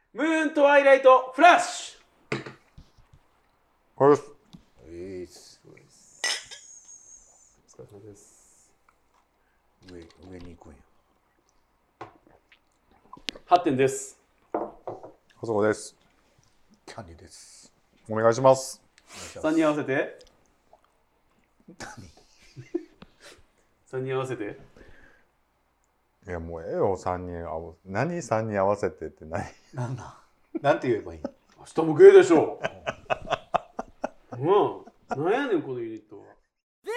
ムーントワイライトフラッシこれです。 ュ。お疲れ様です。 上に行くんや。 8点です。 細子です。 キャンディです。 お願いします。 3人合わせて3人合わせていやもうええよ3人何3人合わせてって何なんて言えばいいの。 明日もゲイでしょう。なんやねんこのユニットは。 This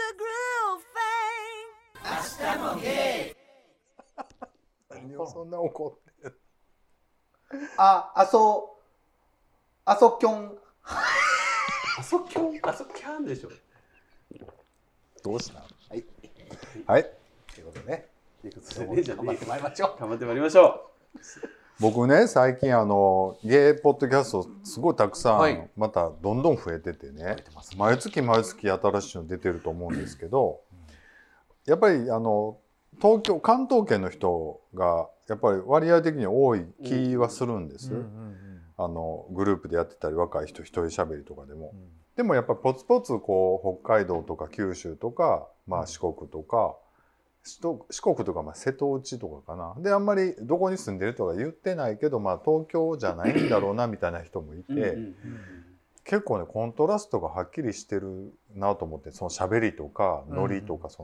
is a groove thing. 明日もゲイ。 何をそんな怒ってんの。 あそきょん。 あそきゃんでしょ。 どうしたはいはい。 ということでね。 ということでね、じゃあ頑張ってまいりましょう。 頑張ってまいりましょ僕ね最近ゲイポッドキャストすごいたくさん、 はいまたどんどん増えててねてますね毎月新しいの出てると思うんですけど、やっぱり関東圏の人がやっぱり割合的に多い気はするんです、グループでやってたり若い人一人喋りとかでも、でもやっぱりポツポツこう北海道とか九州とか、まあ、四国とかまあ瀬戸内とかかなであんまりどこに住んでるとか言ってないけど、まあ、東京じゃないんだろうなみたいな人もいて、結構ねコントラストがはっきりしてるなと思ってその喋りとかノリとか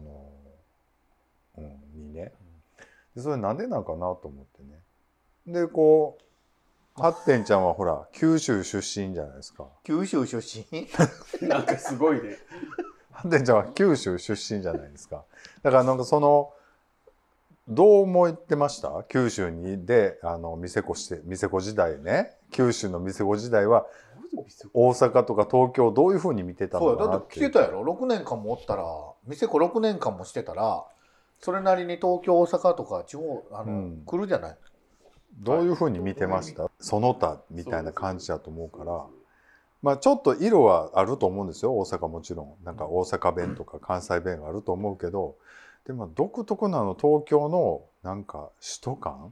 にねでそれなんでなんかなと思ってねでこうハッテンちゃんはほら九州出身じゃないですか。 九州出身。 なんかすごいね。 ハッテンちゃんは九州出身じゃないですか。だからなんかどう思ってました九州で店子時代ね九州の店子時代は大阪とか東京どういうふうに見てたそうやのかなってだって来てたやろ。6年間もおったら店子6年間もしてたらそれなりに東京大阪とか地方来るじゃない。 どういうふうに見てました、その他みたいな感じだと思うから、まあちょっと色はあると思うんですよ大阪もちろんなんか大阪弁とか関西弁があると思うけどでも独特な東京のなんか首都感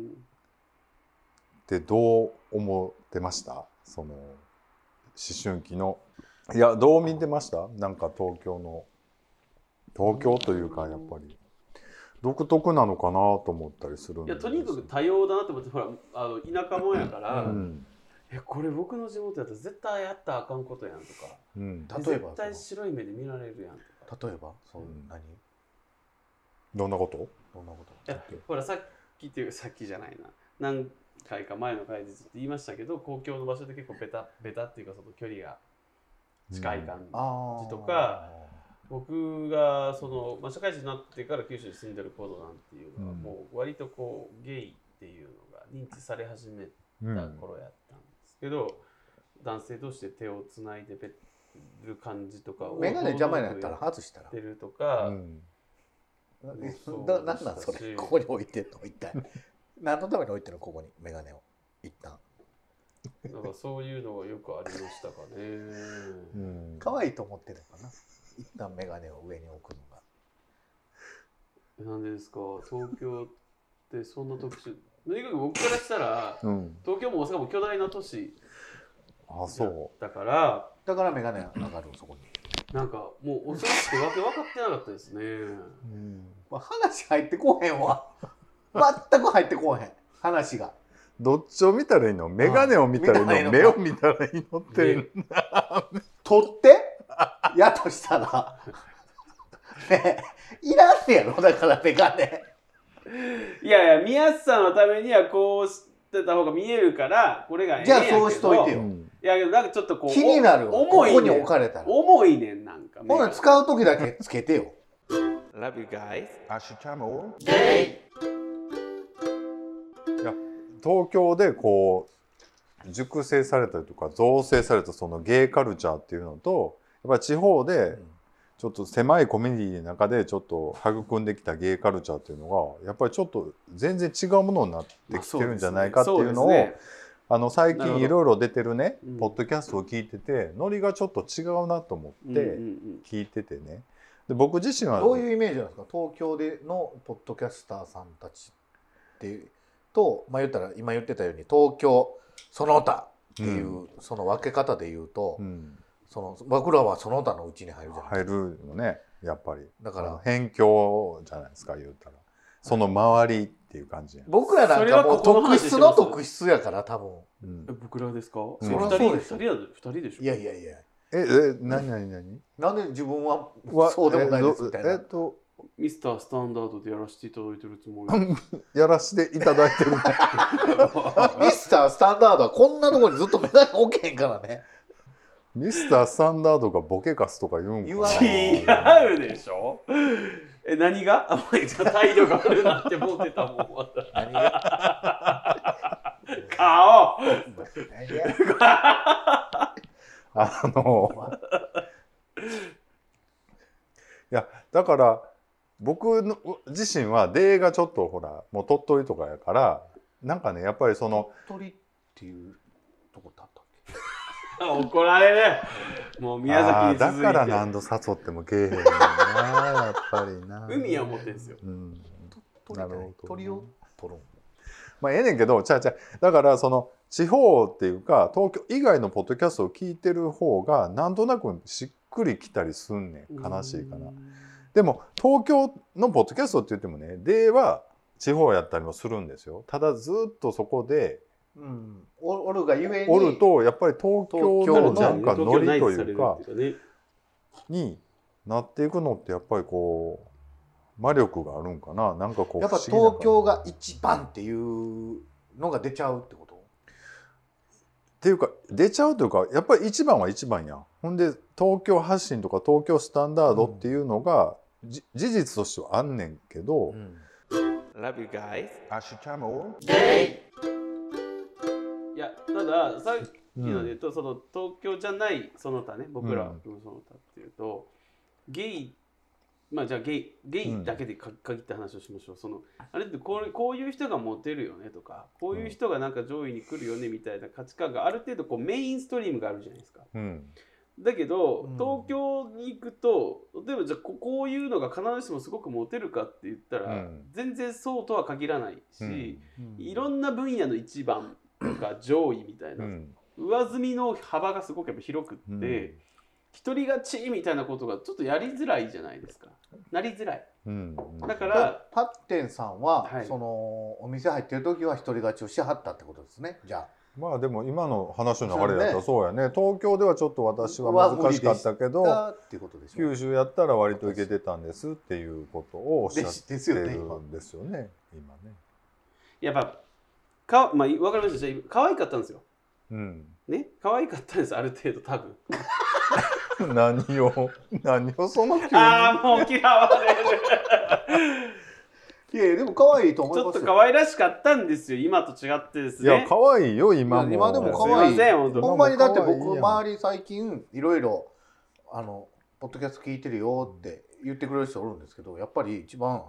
ってどう思ってましたその思春期のいやどう見てましたなんか東京というかやっぱり独特なのかなと思ったりするんです。 いやとにかく多様だなと思ってほら田舎もんやから、 うんこれ僕の地元やったら絶対やったらあかんことやんとか、 うん、 例えば絶対白い目で見られるやんとか。 例えばそう何どんなことどんなこといやほらさっきっていうさっきじゃないな何回か前の回でずっと言いましたけど公共の場所で結構ベタっていうかその距離が近い感じとか、僕が社会人になってから九州に住んでる頃なんていうのはもう割とこうゲイっていうのが認知され始めた頃やったんですけど、男性同士で手をつないでる感じとかをメガネ邪魔になったら外したらてるとか、 なんなんそれここに置いてんの一体何のために置いてるのここにメガネを一旦なんかそういうのがよくありましたかね。 可愛いと思ってるのかな一旦メガネを上に置くのが。 なんでですか東京ってそんな特殊とにかく僕からしたら、東京も大阪も巨大な都市だからメガネ上がるそこになんかもう恐ろしくわけ分かってなかったですね。 話入ってこへんわ全く入ってこへん話が。 どっちを見たらいいのメガネを見たらいいの目を見たらいいのって取ってやとしたらねいらんねやろだからメガネ。 いや見やすさのためにはこうしてた方が見えるからこれがええんやけど。 じゃあそうしといてよ。 いやけどなんかちょっとこう気になるわ重いねん。 ここに置かれたら重いねんなんか。 ほな使う時だけつけてよ。 Love you guys。 いや東京でこう熟成されたりとか造成されたそのゲイカルチャーっていうのとやっぱり地方でちょっと狭いコミュニティの中でちょっと育んできたゲイカルチャーっていうのがやっぱりちょっと全然違うものになってきてるんじゃないかっていうのを最近いろいろ出てるねポッドキャストを聞いててノリがちょっと違うなと思って聞いててねで僕自身はどういうイメージなんですか東京でのポッドキャスターさんたちってと、まあ、言ったら今言ってたように東京その他っていうその分け方で言うと、その僕らはその他のうちに入るじゃないですか。 入るよねやっぱり。 だから辺境じゃないですか言うたら。その周りっていう感じや。 僕らなんかもう特質の特質やから多分。 僕らですか？ そりゃそうでしょ。 2人でしょ。 いやいやいや。 何なんで自分はそうでもないですみたいな。 ミスタースタンダードでやらせていただいてるつもり。 やらせていただいてる。 ミスタースタンダードはこんなところにずっとメガネ置けへんからね。 ミスタースタンダードがボケカスとか言うんかな。 違うでしょ。何が？態度があるなって思ってたもん。何が？顔。 いやだから僕の自身はデーがちょっとほらもう鳥取とかやからなんかねやっぱりその鳥取っていうとこだったっけ？怒られる。もう宮崎に続いて。 だから何度誘ってもけえへんねんなやっぱりな。 海は持ってんですよ。 なるほど。鳥を取る。 まあええねんけどだからその地方っていうか東京以外のポッドキャストを聞いてる方がなんとなくしっくりきたりすんねん。悲しいかな。でも東京のポッドキャストって言ってもねでは地方やったりもするんですよ。ただずっとそこで、 おるがゆえにおるとやっぱり東京のなんかノリというかになっていくのってやっぱりこう魔力があるんかな。なんかこうやっぱ東京が一番っていうのが出ちゃうってことっていうか出ちゃうというかやっぱり一番は一番やん。ほんで東京発信とか東京スタンダードっていうのが、事実としてはあんねんけど、 Love you guys. いやたださっきので言うと、その東京じゃないその他ね僕らはその他っていうと、ゲイまあじゃあゲイだけで限って話をしましょう。そのあれってこういう人がモテるよねとかこういう人がなんか上位に来るよねみたいな価値観がある程度こうメインストリームがあるじゃないですか。だけど東京に行くと例えばじゃあこういうのが必ずしもすごくモテるかって言ったら、全然そうとは限らないし、いろんな分野の一番とか上位みたいな、上積みの幅がすごくやっぱ広くって、一人勝ちみたいなことがちょっとやりづらいじゃないですか。なりづらい。だからパッテンさんは、そのお店入ってる時は一人勝ちをしはったってことですね。じゃあまあでも今の話の流れだったらそうやね。東京ではちょっと私は難しかったけど九州やったら割といけてたんですっていうことをおっしゃってるんですよね今ね。 やっぱまあ分かりました。可愛かったんですよ。ね可愛かったんですある程度多分。 何をその急に。 もう嫌われる。 いやでも可愛いと思いますよ。 ちょっと可愛らしかったんですよ今と違ってですね。 いや可愛いよ今も。 今でも可愛い。ほんまにだって僕周り最近いろいろポッドキャスト聞いてるよって言ってくれる人おるんですけど、やっぱり一番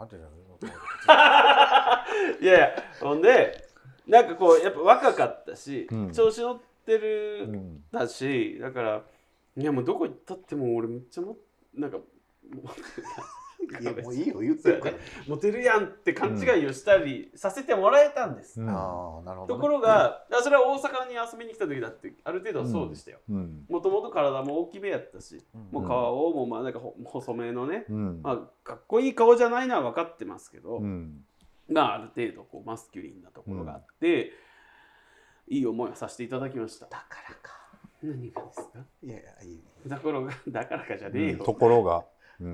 いやいやほんでなんかこうやっぱ若かったし、調子乗ってるだし、だからいやもうどこ行ったっても俺めっちゃなんかいやもういいよ言ってるからモテるやんって勘違いをしたりさせてもらえたんです。 なるほどね。 ところが、それは大阪に遊びに来た時だってある程度はそうでしたよ。もともと体も大きめやったし、もう顔もまあなんか細めのね、まあかっこいい顔じゃないのは分かってますけど、まあある程度こうマスキュリンなところがあって、いい思いをさせていただきました。 だからか。 何がですか？ いやいい。 だからかじゃねえよ。 ところが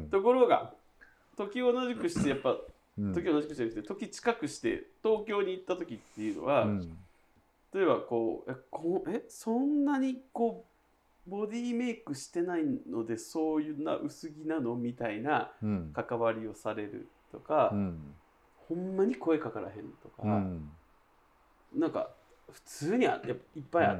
時を同じくしてやっぱ、時を同じくしてなくて時近くして東京に行った時っていうのは、例えばこうそんなにこうボディメイクしてないのでそういうな薄着なのみたいな関わりをされるとか、ほんまに声かからへんとか、なんか普通にやっぱいっぱいあって、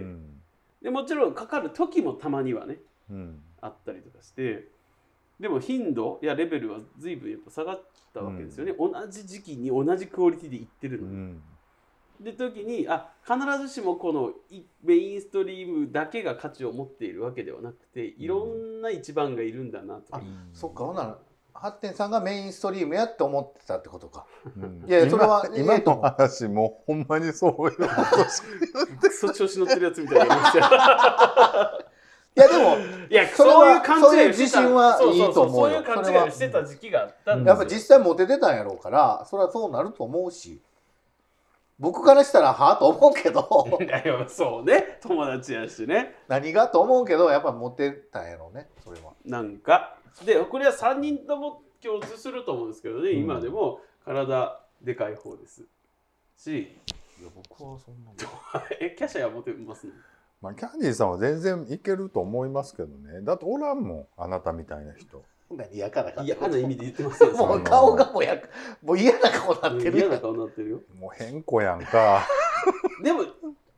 でもちろんかかる時もたまにはね、あったりとかして。でも頻度やレベルは随分やっぱ下がったわけですよね、同じ時期に同じクオリティでいってるのに、で時に必ずしもこのメインストリームだけが価値を持っているわけではなくていろんな一番がいるんだなとか、 そっかほんなら発展さんがメインストリームやって思ってたってことか。 うん、 いやそれは今の話もほんまにそういうことしクソ調子乗ってるやつみたいになりましたよ。 いやでもいやそれそういうはそういう勘違いをしてた自信はいいと思うそういよ。 う勘違いをしてた時期があったんですよ。 やっぱ実際モテてたんやろうからそれはそうなると思うし、僕からしたらはぁと思うけどいやそうね、友達やしね。 何がと思うけどやっぱモテたんやろうね、それは。 なんかでこれは3人とも共通すると思うんですけどね、今でも体でかい方ですし。 いや僕はそんなキャシャはモテますね。 まあキャンディーさんは全然いけると思いますけどね。だっておらんもん、あなたみたいな人。 何嫌からか嫌な意味で言ってますよ。 もう顔がもう嫌な顔になってる嫌な顔になってるよ。 もう変子やんか。 でも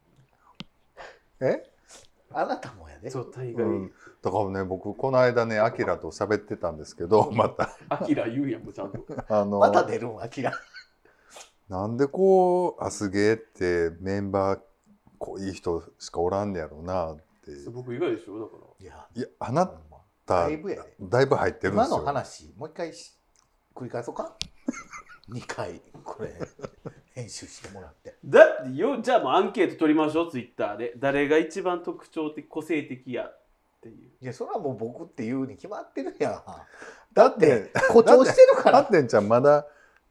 あなたもやで。 そう大概、 だからね、僕この間ねアキラと喋ってたんですけど、またアキラ言うやんもちゃんと。 また出るん、アキラ。 なんでこうアスゲーってメンバーこういい人しかおらんねやろうなって。 僕以外でしょだから。 いやあなただいぶやで。 だいぶ入ってるんですよ。 今の話もう一回繰り返そうか。2回これ編集してもらって。 だってよ、じゃあもうアンケート取りましょう、ツイッターで。誰が一番特徴的、個性的やっていう。 いやそれはもう僕っていうに決まってるやん。だって誇張してるから。 ハッテンちゃんまだ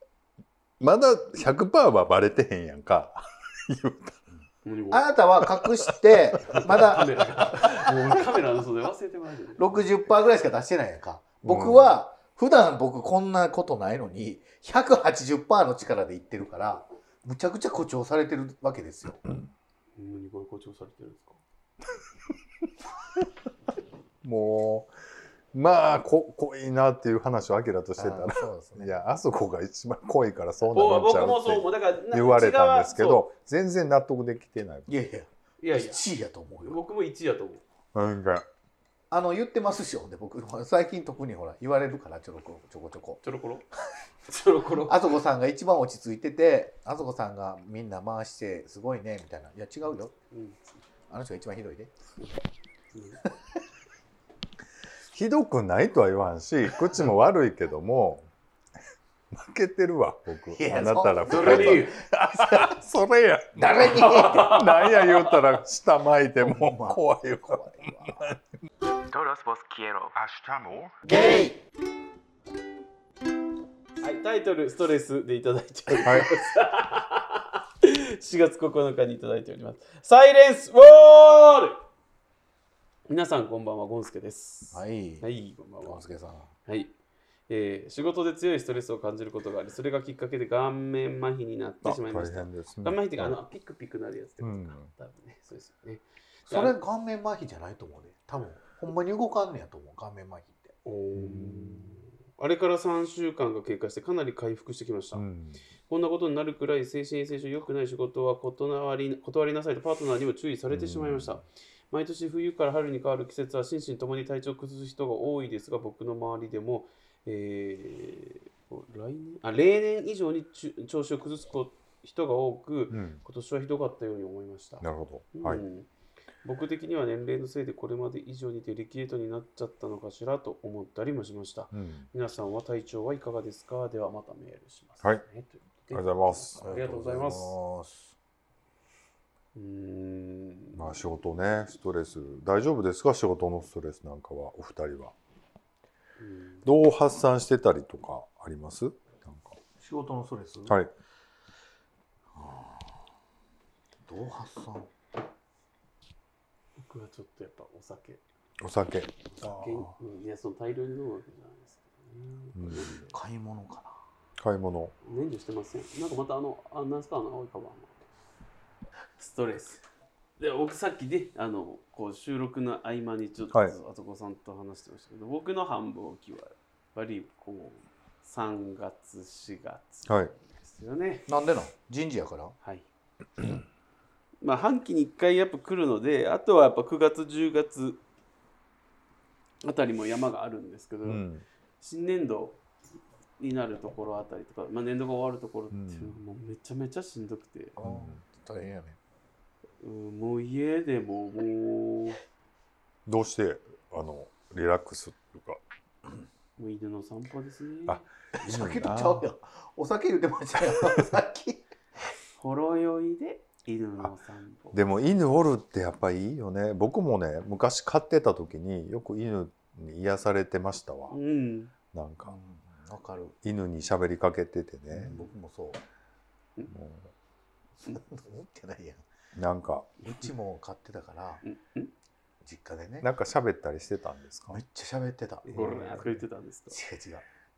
100% はバレてへんやんか。 あなたは隠してまだカメラがもうカメラの袖忘れてもらえてる。 60% ぐらいしか出してないやんか。僕は普段僕こんなことないのに 180% の力で言ってるからむちゃくちゃ誇張されてるわけですよ。 何これ誇張されてるんですか。 もうまあ濃いなっていう話をアキラとしてたら、 そうですね、 いやあそこが一番濃いからそうなっちゃう僕もそうってだから言われたんですけど、全然納得できてない。 いやいや 1位やと思うよ。 僕も1位やと思う。 なんか言ってますし、で僕最近特にほら言われるからちょこちょこちょろころちょろころあそこさんが一番落ち着いてて、あそこさんがみんな回してすごいねみたいな。いや違うよ、あの人が一番ひどいで。 ひどくないとは言わんし口も悪いけども負けてるわ僕。あなたらそれにそれや誰になんや言うたら下巻いても怖いわ。 Todos vos quiero. ゲイ。 はい、タイトルストレスでいただいております。 はい 4月9日にいただいております。サイレンスウォール。皆さんこんばんは、ゴンスケです。 はい、 はい、こんばんは。 ゴンスケさん。 はい、仕事で強いストレスを感じることがあり、それがきっかけで顔面麻痺になってしまいました。 大変ですね。 顔面麻痺っていうか、ピクピクなるやつってことか、多分ね、そうですよね。 それ顔面麻痺じゃないと思うね。多分ほんまに動かんねやと思う、顔面麻痺って。 あれから3週間が経過してかなり回復してきました。こんなことになるくらい精神衛生上良くない仕事は断りなさいとパートナーにも注意されてしまいました。毎年冬から春に変わる季節は心身ともに体調を崩す人が多いですが、僕の周りでも、例年以上に調子を崩す人が多く、今年はひどかったように思いました。 なるほど。はい。 僕的には年齢のせいでこれまで以上にデリケートになっちゃったのかしらと思ったりもしました。皆さんは体調はいかがですか？ではまたメールします、 はい。ありがとうございます。 ありがとうございます。 まあ仕事ね、ストレス大丈夫ですか？仕事のストレスなんかはお二人はどう発散してたりとかあります？なんか仕事のストレス？ はい。 どう発散？ 僕はちょっとやっぱお酒、いやその大量に飲むわけじゃないですけどね。 買い物かな。 買い物。 年中してません。なんかまたなんすか青いカバンのストレス。で僕さっきねこう収録の合間にちょっとあそこさんと話してましたけど、僕の繁忙期はやっぱりこう3月4月ですよね。 なんでの？人事やから？ はい。まあ半期に1回やっぱ来るので、あとはやっぱ9月10月あたりも山があるんですけど、新年度になるところあたりとか、年度が終わるところっていうのもめちゃめちゃしんどくて、 大変やね。 もう家でももうどうしてリラックスとかもう犬の散歩ですね。 あさっきとちゃうやん。お酒言ってましたよ。さっき。 ほろ酔いで犬の散歩。 でも犬おるってやっぱりいいよね。僕もね昔飼ってた時によく犬に癒されてましたわ。 うん。 なんかわかる。 犬に喋りかけててね。 僕もそう。 も持ってないやん。 うなんかうちも飼ってたから実家でね。 なんか喋ったりしてたんですか。 めっちゃ喋ってた。 ゴロラとか言ってたんですか。 違う。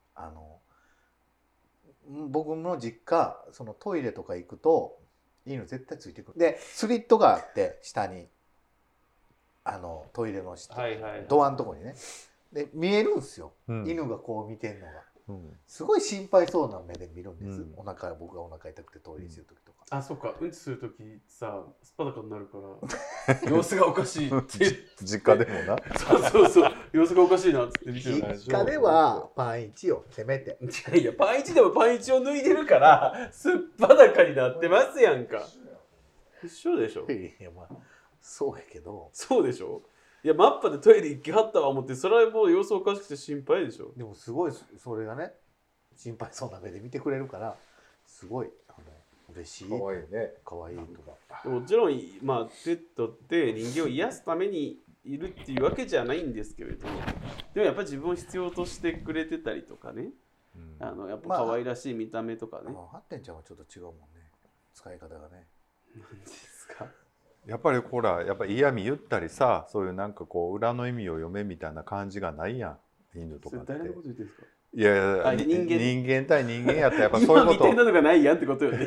僕の実家そのトイレとか行くと犬絶対ついてくる。でスリットがあって下にトイレの下、 はいはいはい、 ドアのとこにね。で見えるんですよ、 うん、 犬がこう見てんのが。 うん、 すごい心配そうな目で見るんです、 うん、 僕がお腹痛くてトイレしてる時とか。 あ、そっか、うんちする時さすっぱだかになるから様子がおかしいって実家でもなそう様子がおかしいなって見てる。 実家ではパン1をせめて。 いやパン1でもパン1を脱いでるからすっぱだかになってますやんか。一緒でしょ。 いやまあそうやけど。 そうでしょ。いやマッパでトイレ行きはったわ思ってそれはもう様子おかしくて心配でしょ。 でもすごいそれがね心配そうな目で見てくれるからすごい嬉しい。 可愛いね。 可愛いとか。 もちろんまあペットって人間を癒すためにいるっていうわけじゃないんですけれども、でもやっぱり自分を必要としてくれてたりとかね、やっぱ可愛らしい見た目とかね。 ハッテンちゃんはちょっと違うもんね、使い方がね。 何ですか。 やっぱりほらやっぱり嫌味言ったりさ、そういうなんかこう裏の意味を読めみたいな感じがないやん、犬とかって。 誰のこと言ってるんですか。 いやいや人間対人間やったらやっぱそういうこと今みたいなのがないやんってことよね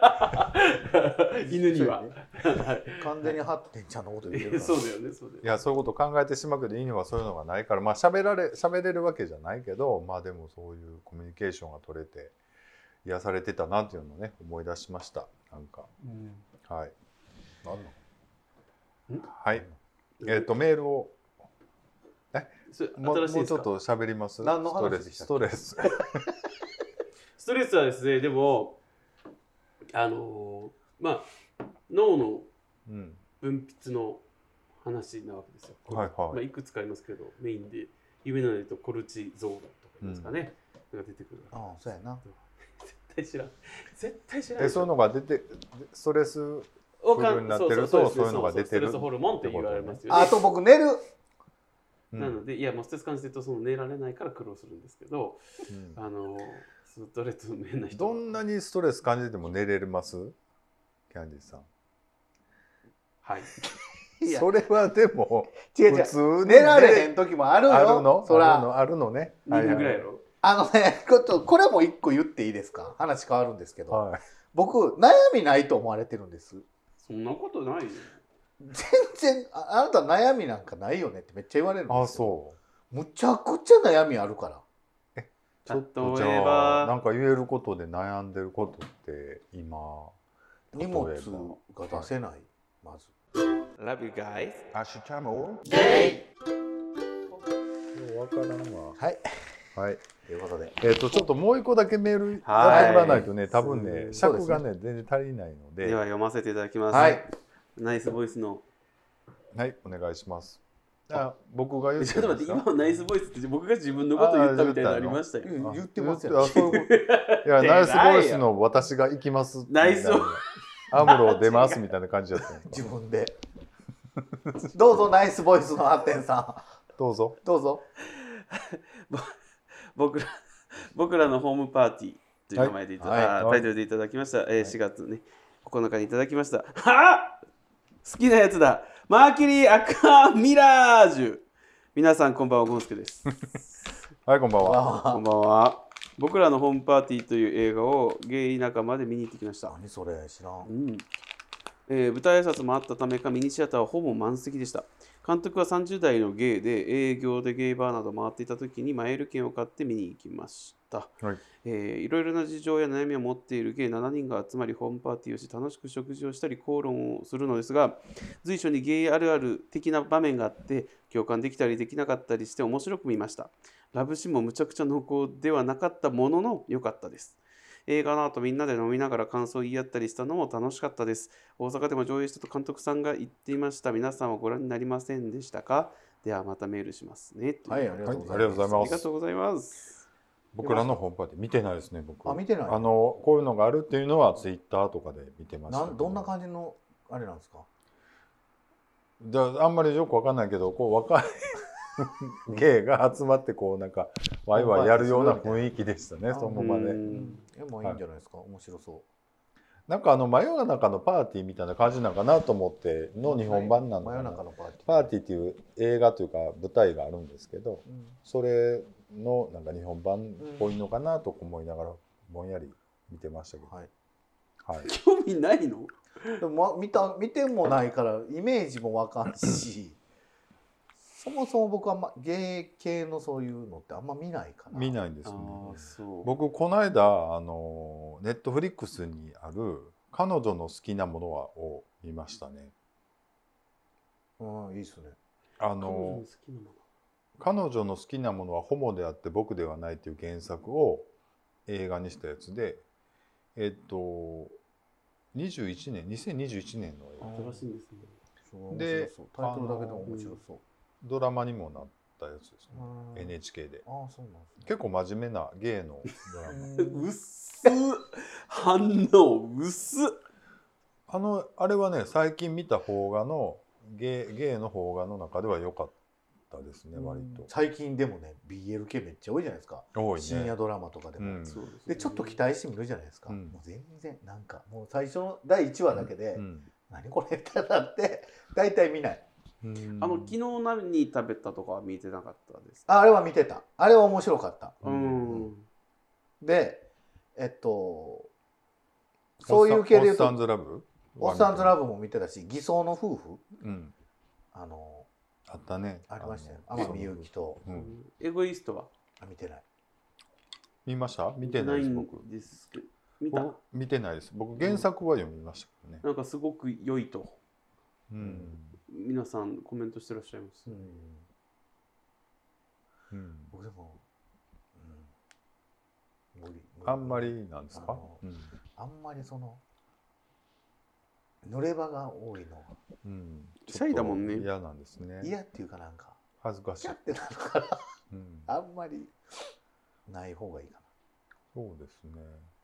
犬には完全にハッテンちゃんのこと言ってるからそうだよね。そうだよね。 いやそういうこと考えてしまうけど犬はそういうのがないから、まあ喋れるわけじゃないけど、まあでもそういうコミュニケーションが取れて癒されてたなっていうのをね思い出しました。なんか、はい。 何のはい。メールをもうちょっと喋ります。 何の話でしたっけ。 ストレスストレスはですね、でもまあ脳の分泌の話なわけですよ。 はいはい。 まあいくつかありますけど、メインで有名なので言うとコルチゾールとか言いますかね、が出てくる。 ああそうやな。 絶対知らない。 そういうのが出てストレスフルになってるとそういうのが出てる。 ストレスホルモンって言われますよね。あと僕寝る。 なのでいやもうストレス感じてるとその寝られないから苦労するんですけど、ストレスの変な人どんなにストレス感じても寝れます？キャンディーさん。 はい。 それはでも違う普通に寝られへん時もあるよ。 あるの？ そらあるのね。 2分ぐらいやろ。 これも一個言っていいですか。話変わるんですけど、 はい、 僕悩みないと思われてるんです。 そんなことないよ。 全然あなた悩みなんかないよねってめっちゃ言われるんですよ。 あ、そう。 むちゃくちゃ悩みあるから。 ちょっとじゃあなんか言えることで悩んでることって今荷物が出せない、まず。 Love you guys。 アシュチャモゲイ。 わからんわ。 はい。 はい。 ということで、 ちょっともう一個だけメールやってもらわないとね、多分ね尺がね全然足りないので。 では読ませていただきます。 はい。 ナイスボイスの。 はい、お願いします。僕が言ってちょっと待って、今のナイスボイスって僕が自分のこと言ったみたいになりましたよ。 言ってますよ。 いや、ナイスボイスの私が行きます。 ナイスボイス。 アムロ出ますみたいな感じだった。 自分で。どうぞナイスボイスのハッテンさん。 どうぞ。 どうぞ。 僕らのホームパーティーという名前でタイトルでいただきました。4月ね9日にいただきました。はあ、好きなやつだ。マーキュリーアカミラージュ。皆さんこんばんは、ゴンスケです。 はい、こんばんは。 こんばんは。僕らのホームパーティーという映画をゲイ仲間で見に行ってきました。 何それ、知らん。 舞台挨拶もあったためかミニシアターはほぼ満席でした。監督は30代のゲイで営業でゲイバーなど回っていた時にマイル券を買って見に行きました。いろいろな事情や悩みを持っているゲイ7人が集まりホームパーティーをし楽しく食事をしたり口論をするのですが、随所にゲイあるある的な場面があって共感できたりできなかったりして面白く見ました。ラブシーンもむちゃくちゃ濃厚ではなかったものの良かったです。映画の後みんなで飲みながら感想を言い合ったりしたのも楽しかったです。大阪でも上映したと監督さんが言っていました。皆さんはご覧になりませんでしたか？ ではまたメールしますね。 はい、ありがとうございます。 ありがとうございますありがとうございます。 僕らのホームパーティー見てないですね僕。 見てない。 こういうのがあるっていうのはツイッターとかで見てましたけど。 どんな感じのあれなんですか。 あんまりよくわかんないけど、こう若い芸が集まってこうなんかワイワイやるような雰囲気でしたね、その場で。 もういいんじゃないですか、面白そう。 なんか真夜中のパーティーみたいな感じなのかなと思っての日本版なのかな。真夜中のパーティーっていう映画というか舞台があるんですけど、それのなんか日本版っぽいのかなと思いながらぼんやり見てましたけど。 はい、興味ないの？ でも見てもないからイメージもわかんしそもそも僕は芸系のそういうのってあんま見ないかな。 見ないんですね。僕この間ネットフリックスにある「彼女の好きなものは」を見ましたね。 いいですね。 彼女の好きなものはホモであって僕ではないっていう原作を映画にしたやつで、2021年の映画で、 タイトルだけでも面白そう。 ドラマにもなったやつですね。NHK で。結構真面目なゲイのドラマ。 うっす反応うっす。 あれはね、最近見た邦画のゲイの邦画の中では良かったですね、割と。 最近でもね BL 系めっちゃ多いじゃないですか。 多いね。 深夜ドラマとかでも。でちょっと期待してみるじゃないですか。もう全然なんかもう最初の第1話だけで何これってなって大体見ない。 昨日何食べたとかは見てなかったですか？あれは見てた。あれは面白かった。でそういう系で言うとオッサンズラブ？ オッサンズラブも見てたし、偽装の夫婦、 あったね。 ありましたよ。天海祐希と。 エゴイストは見てない。 見ました？見てないです僕。見てないです。僕原作は読みましたけどね。 なんかすごく良いと。皆さんコメントしてらっしゃいます。 僕でもあんまりなんですか？ あんまりその濡れ場が多いのシャイだもんね。 嫌なんですね。 嫌っていうかなんか恥ずかしい。 ってなるからあんまりない方がいいかな。 そうですね。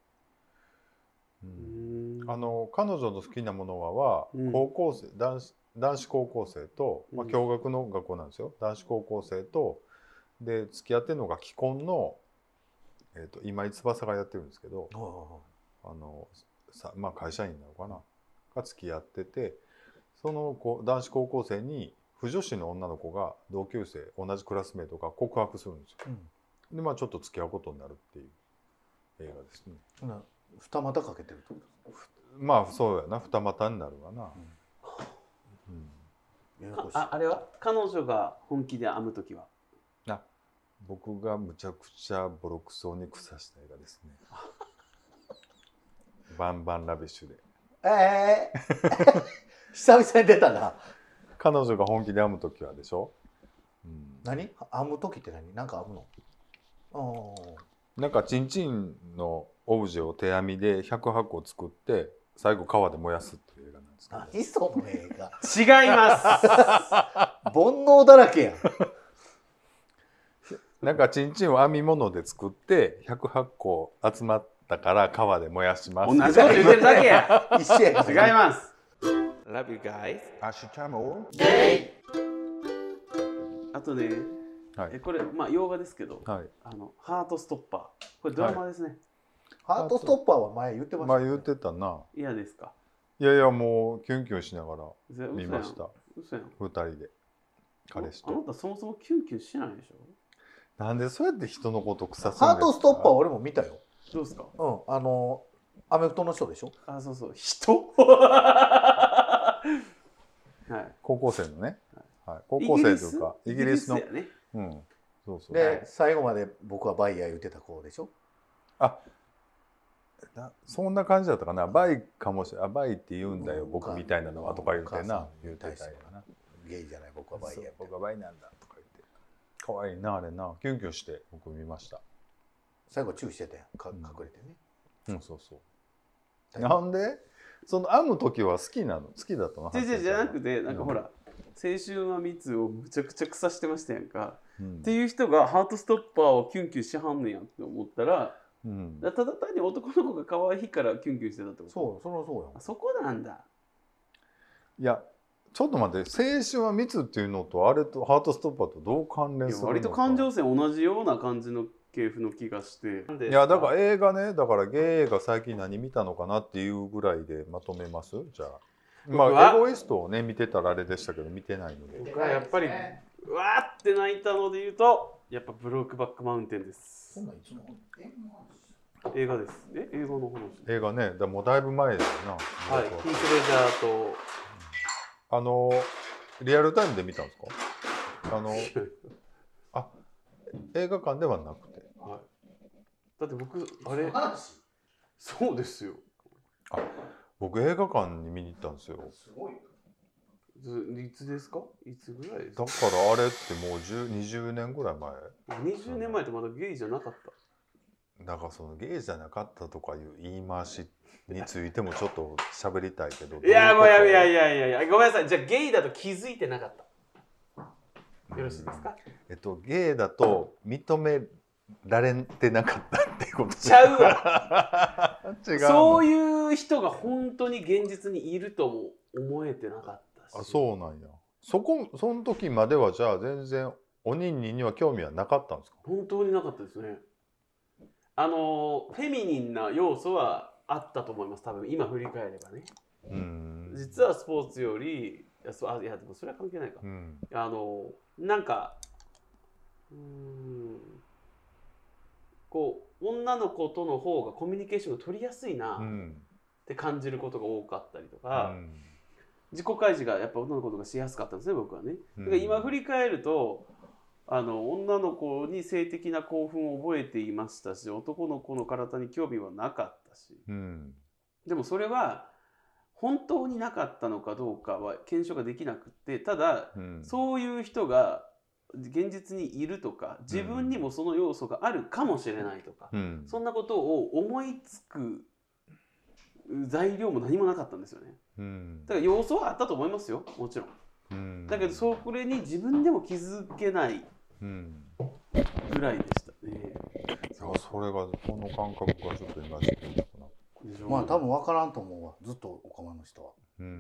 彼女の好きなものは高校生、男子高校生と、共学の学校なんですよ。男子高校生とで付き合ってるのが既婚の、今井翼がやってるんですけど、会社員なのかなが付き合ってて、その男子高校生に腐女子の女の子が同級生同じクラスメートが告白するんですよ。でちょっと付き合うことになるっていう映画ですね。 二股かけてるってことですか？そうやな、二股になるわな。 あれは彼女が本気で編むときは僕がむちゃくちゃボロクソに腐した映画ですね。バンバンラビッシュで。 久々に出たな。 彼女が本気で編むときはでしょ。 何？編むときって何？なんか編むの？ なんかチンチンのオブジェを手編みで108個作って最後川で燃やすっていう映画なんですけど。 何その映画？ 違います。 煩悩だらけやん。 なんかチンチンを編み物で作って108個集まったから川で燃やします。 同じこと言ってるだけや。 一緒や。 違います。Love you guys。あとね、これ洋画ですけど、ハートストッパー。これドラマですね。 ハートストッパーは前言ってました。 前言ってたな。 嫌ですか？ いやいやもうキュンキュンしながら見ました。2人で彼氏と。 あなたそもそもキュンキュンしないでしょ？ なんでそうやって人のこと腐すんですか？ ハートストッパー俺も見たよ。 どうですか？ アメフトの人でしょ？ そう人。はい。 高校生のね。高校生というかイギリスの。 で最後まで僕はバイヤー言ってた子でしょ？ そんな感じだったかな。バイかもしれない。バイって言うんだよ僕みたいなのはとか言ってたよな。 ゲイじゃない僕はバイヤー。 僕はバイなんだとか言って。可愛いなあれな。キュンキュンして僕見ました。 最後チューしてたよ。隠れてね。 そう。なんでその編む時は好きだったの？ じゃなくてなんかほら青春は密をむちゃくちゃ腐してましたやんか、 うん、 っていう人がハートストッパーをキュンキュンしはんねんやって思ったら、 うん、 ただ単に男の子が可愛いからキュンキュンしてたってこと。 そうそりゃそうやん。 そこなんだ。 いやちょっと待って、青春は密っていうのとあれとハートストッパーとどう関連するのか。 割と感情線同じような感じの系譜の気がして。 いやだから映画ね、だからゲイ映画最近何見たのかなっていうぐらいでまとめます。じゃあまあエゴイストをね見てたらあれでしたけど見てないので、 僕はやっぱりうわーって泣いたので言うとやっぱブロークバックマウンテンです。 そんなんいつの映画です。映画の話。 映画ね、もうだいぶ前ですな。 はい、ヒース・レジャーとリアルタイムで見たんですか？映画館ではなくて。 はい。だって僕あれそうですよ。 僕映画館に見に行ったんですよ。 すごい。 いつですか？いつぐらいですだか？ からあれってもう20年ぐらい前。 20年前ってまだゲイじゃなかった。 だからそのゲイじゃなかったとかいう言い回しについてもちょっと喋りたいけど。 いやもういやごめんなさい。じゃあゲイだと気づいてなかった。よろしいですか？ ゲイだと認められてなかったっていうことちゃうわ違う。 そういう人が本当に現実にいるとも思えてなかったし。 あ、そうなんや。その時まではじゃあ全然おにんにんには興味はなかったんですか？ 本当になかったですね。フェミニンな要素はあったと思います。多分今振り返ればね。実はスポーツよりいやでもそれは関係ないか。なんかこう女の子との方がコミュニケーションが取りやすいなって感じることが多かったりとか、自己開示がやっぱ女の子とかしやすかったんですね、僕はね。だから今振り返ると女の子に性的な興奮を覚えていましたし、男の子の体に興味はなかったし、でもそれは本当になかったのかどうかは検証ができなくって、ただ、そういう人が現実にいるとか自分にもその要素があるかもしれないとか、そんなことを思いつく材料も何もなかったんですよね。だから要素はあったと思いますよ、もちろん。だけどそれに自分でも気づけないぐらいでしたね。 それがこの感覚がちょっと今してるのかな。 まあ多分分からんと思うわ、ずっとオカマの人は。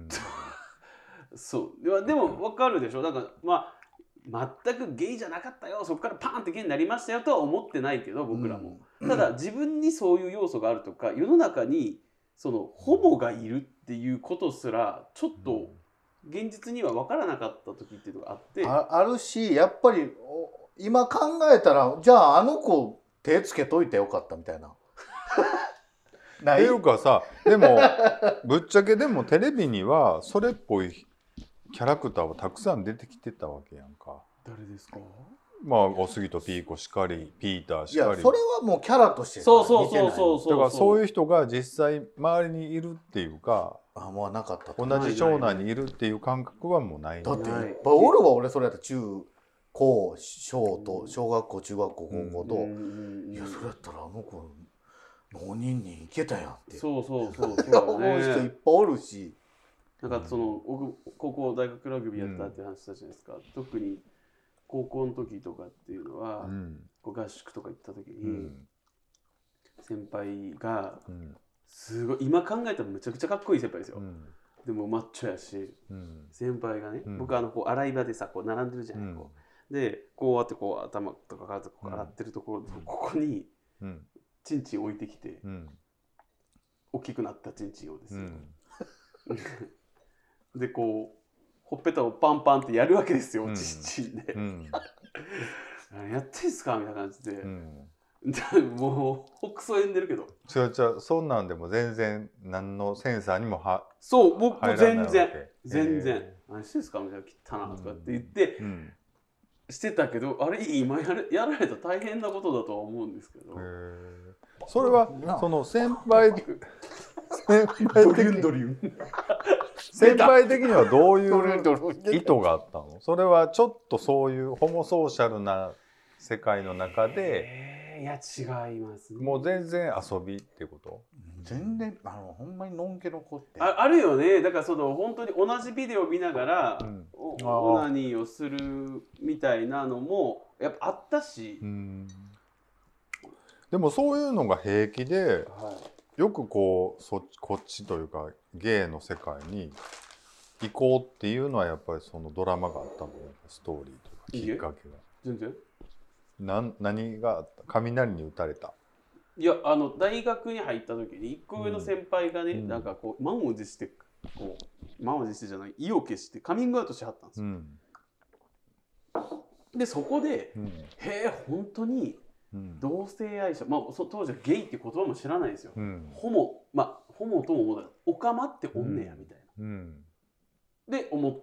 そうでも分かるでしょ。だからまあ全くゲイじゃなかったよ、そこからパーンってゲイになりましたよとは思ってないけど僕らも、ただ自分にそういう要素があるとか世の中にそのホモがいるっていうことすらちょっと現実には分からなかった時っていうのがあって、 あるし、やっぱり今考えたらじゃああの子手つけといてよかったみたいな。 っていうかさ、でもぶっちゃけでもテレビにはそれっぽいキャラクターはたくさん出てきてたわけやんか。 誰ですか？ まあおすぎとピーコしかり、ピーターしかり。 いやそれはもうキャラとしてそうだからそういう人が実際周りにいるっていうか、 もうなかった。 同じ町内にいるっていう感覚はもうない。 だっていっぱいおるわ。俺それやったら中高小と小学校中学校高校と、いやそれやったらあの子何人に行けたやんって思う人いっぱいおるし、 なんかその僕高校大学ラグビーやったって話したじゃないですか。特に高校の時とかっていうのは、こう合宿とか行った時に、先輩がすごい今考えたらむちゃくちゃかっこいい先輩ですよ。でもマッチョやし、先輩がね、僕こう洗い場でさこう並んでるじゃない、でこうやってこう頭とか体とか洗ってるところ、ここにチンチン置いてきて、大きくなったチンチンをですよ、でこうほっぺたをパンパンってやるわけですよ、チンチンで。やってんすかみたいな感じで、もうクソえんでるけど、 そんなんでも全然何のセンサーにもそう僕全然何してんすかみたいな、汚なとかって言って、してたけど、あれ今やられたら大変なことだとは思うんですけど、 それはその先輩的にはどういう意図があったの？それはちょっとそういうホモソーシャルな世界の中でいや違いますね。 もう全然遊びってこと？ 全然ほんまにのんけの子ってあるよね。だからその本当に同じビデオを見ながら、オナニーをするみたいなのもやっぱあったし、 でもそういうのが平気で、 はい、 よくこっちというかゲイの世界に行こうっていうのはやっぱりそのドラマがあったのよ、ストーリーとかきっかけが。 全然何があった？雷に打たれた？ いや大学に入った時に1個上の先輩がね、なんかこう満を持してじゃない、意を決してカミングアウトしはったんですよ。でそこで、へえ本当に同性愛者、当時はゲイって言葉も知らないですよ。ホモとも思ったらオカマっておんねやみたいな、で思った、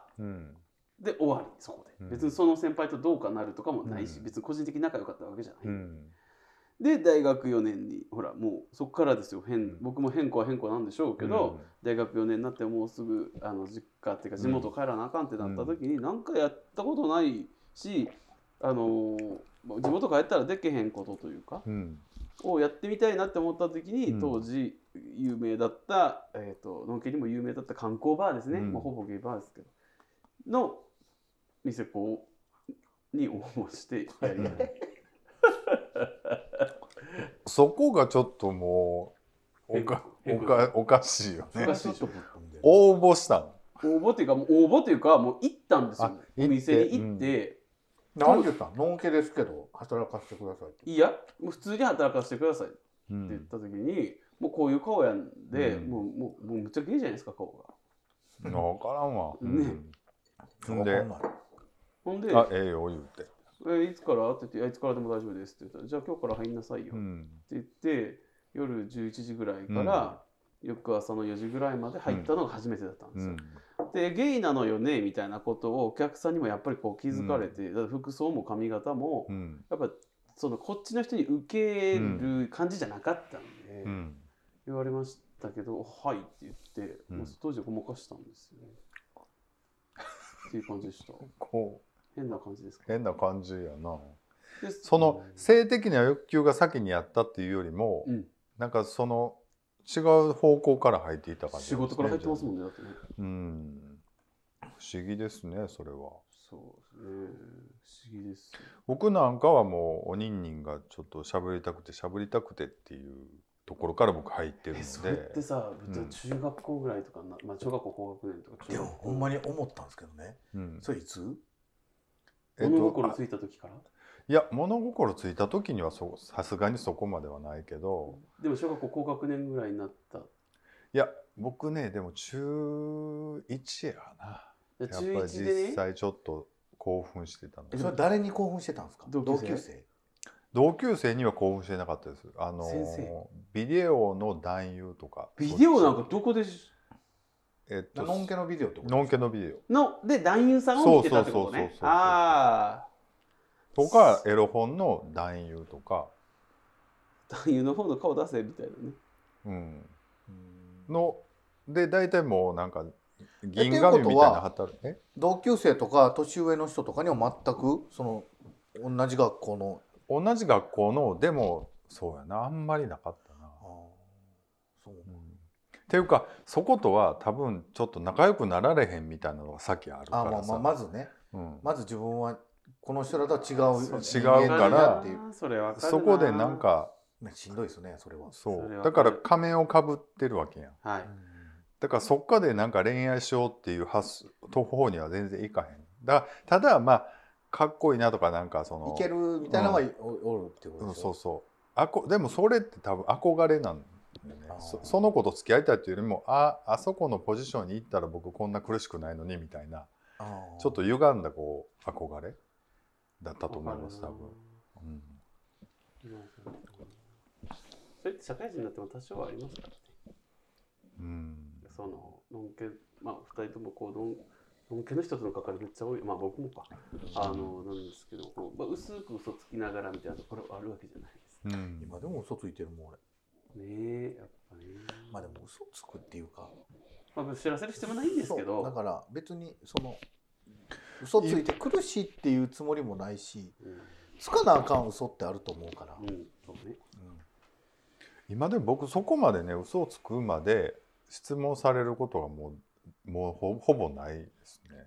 で終わり。そこで、別にその先輩とどうかなるとかもないし、別に個人的に仲良かったわけじゃない、で大学4年にほらもうそこからですよ。僕も変更は変更なんでしょうけど、大学4年になってもうすぐ実家っていうか地元帰らなあかんってなった時に、なんかやったことないし、地元帰ったらできへんことというか、をやってみたいなって思った時に、当時有名だった、のんけにも有名だった観光バーですね、もうほぼゲイバーですけどの店子に応募してやりたいそこがちょっともうおかしいよね。応募したの？ 応募っていうかもう行ったんですよ。お店に行って、 何て言ったの？のんけですけど働かせてくださいって。 いやもう普通に働かせてくださいって言った時に、もうこういう顔やんで、もうめっちゃゲイじゃないですか顔が。 分からんわ。 ほんでええよ言うて。 いつからって言って、いつからでも大丈夫ですって言ったら、じゃあ今日から入んなさいよって言って、夜11時ぐらいから翌朝の4時ぐらいまで入ったのが初めてだったんですよ。でゲイなのよねみたいなことをお客さんにもやっぱりこう気づかれて、だから服装も髪型もやっぱそのこっちの人に受ける感じじゃなかったんで、言われましたけど「はい」って言って、もう当時ごまかしたんですよねっていう感じでした。変な感じですか？ 変な感じやな。その性的な欲求が先にあったっていうよりも、なんかその違う方向から入っていた感じ、 仕事から入ってますもんね。だってね。 不思議ですねそれは。 そうですね。不思議です。 僕なんかはもうおにんにんがちょっとしゃぶりたくてっていうところから僕入ってるので。 それってさ、中学校ぐらいとか小学校高学年とか。 でもほんまに思ったんですけどね。それいつ？ 物心ついた時から？ いや物心ついた時にはさすがにそこまではないけど。 でも小学校高学年ぐらいになった。いや僕ねでも中1やな。やっぱり実際ちょっと興奮してたの。 それは誰に興奮してたんですか？ 同級生には興奮してなかったです。 先生。 ビデオの男優とか。 ビデオなんかどこで？ のんけのビデオってこと？ のんけのビデオので男優さんを見てたってことね。ああ。 とかエロ本の男優とか。 男優の方の顔出せみたいなね。 ので大体もうなんか銀紙みたいな働く。 同級生とか年上の人とかには全くその同じ学校のでもそうやなあんまりなかったな。っていうかそことは多分ちょっと仲良くなられへんみたいなのが先あるからさ。 まずね、まず自分はこの人らとは違うからそこでなんかしんどいですねそれは。 そうだから仮面をかぶってるわけやん。だからそっかでなんか恋愛しようっていう方法には全然いかへん。ただまあかっこいいなとかなんかそのいけるみたいなのがおるってことでしょ。 そうでもそれって多分憧れなんだよね。その子と付き合いたいっていうよりもあそこのポジションに行ったら僕こんな苦しくないのにみたいなちょっと歪んだこう憧れだったと思います多分。 それって社会人になっても多少はありますからね。そののんけ2人ともこうのんけの人との関わりめっちゃ多い。僕もかなんですけど薄く嘘つきながらみたいなところあるわけじゃないですか。 今でも嘘ついてるもん俺。 やっぱね。 でも嘘つくっていうか知らせる必要もないんですけど。 だから別にその嘘ついて苦しいっていうつもりもないし、 つかなあかん嘘ってあると思うから、 そうね、 今でも僕そこまでね嘘をつくまで質問されることがもうほぼないですね。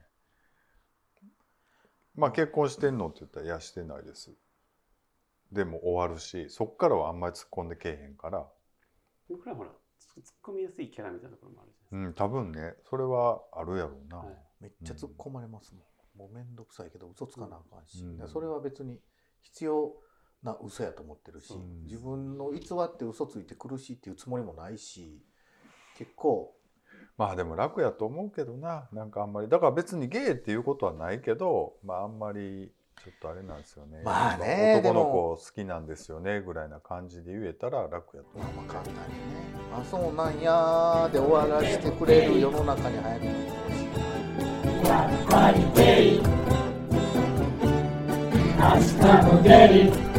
まあ結婚してんのって言ったらいやしてないですでも終わるし、そっからはあんまり突っ込んでけえへんから。 僕らほら突っ込みやすいキャラみたいなところもあるじゃないですか。多分ねそれはあるやろうな、 めっちゃ突っ込まれますもん、もうめんどくさいけど嘘つかなあかんし、それは別に必要な嘘やと思ってるし、自分の偽って嘘ついて苦しいっていうつもりもないし、結構まあでも楽やと思うけどな、なんかあんまりだから別にゲイっていうことはないけど、まああんまりちょっとあれなんですよね。 まあね、 男の子好きなんですよねぐらいな感じで言えたら楽やと思う。 まあ簡単にね、あそうなんやで終わらせてくれる世の中に早くなってほしい。やっぱりゲイ、明日もゲイ。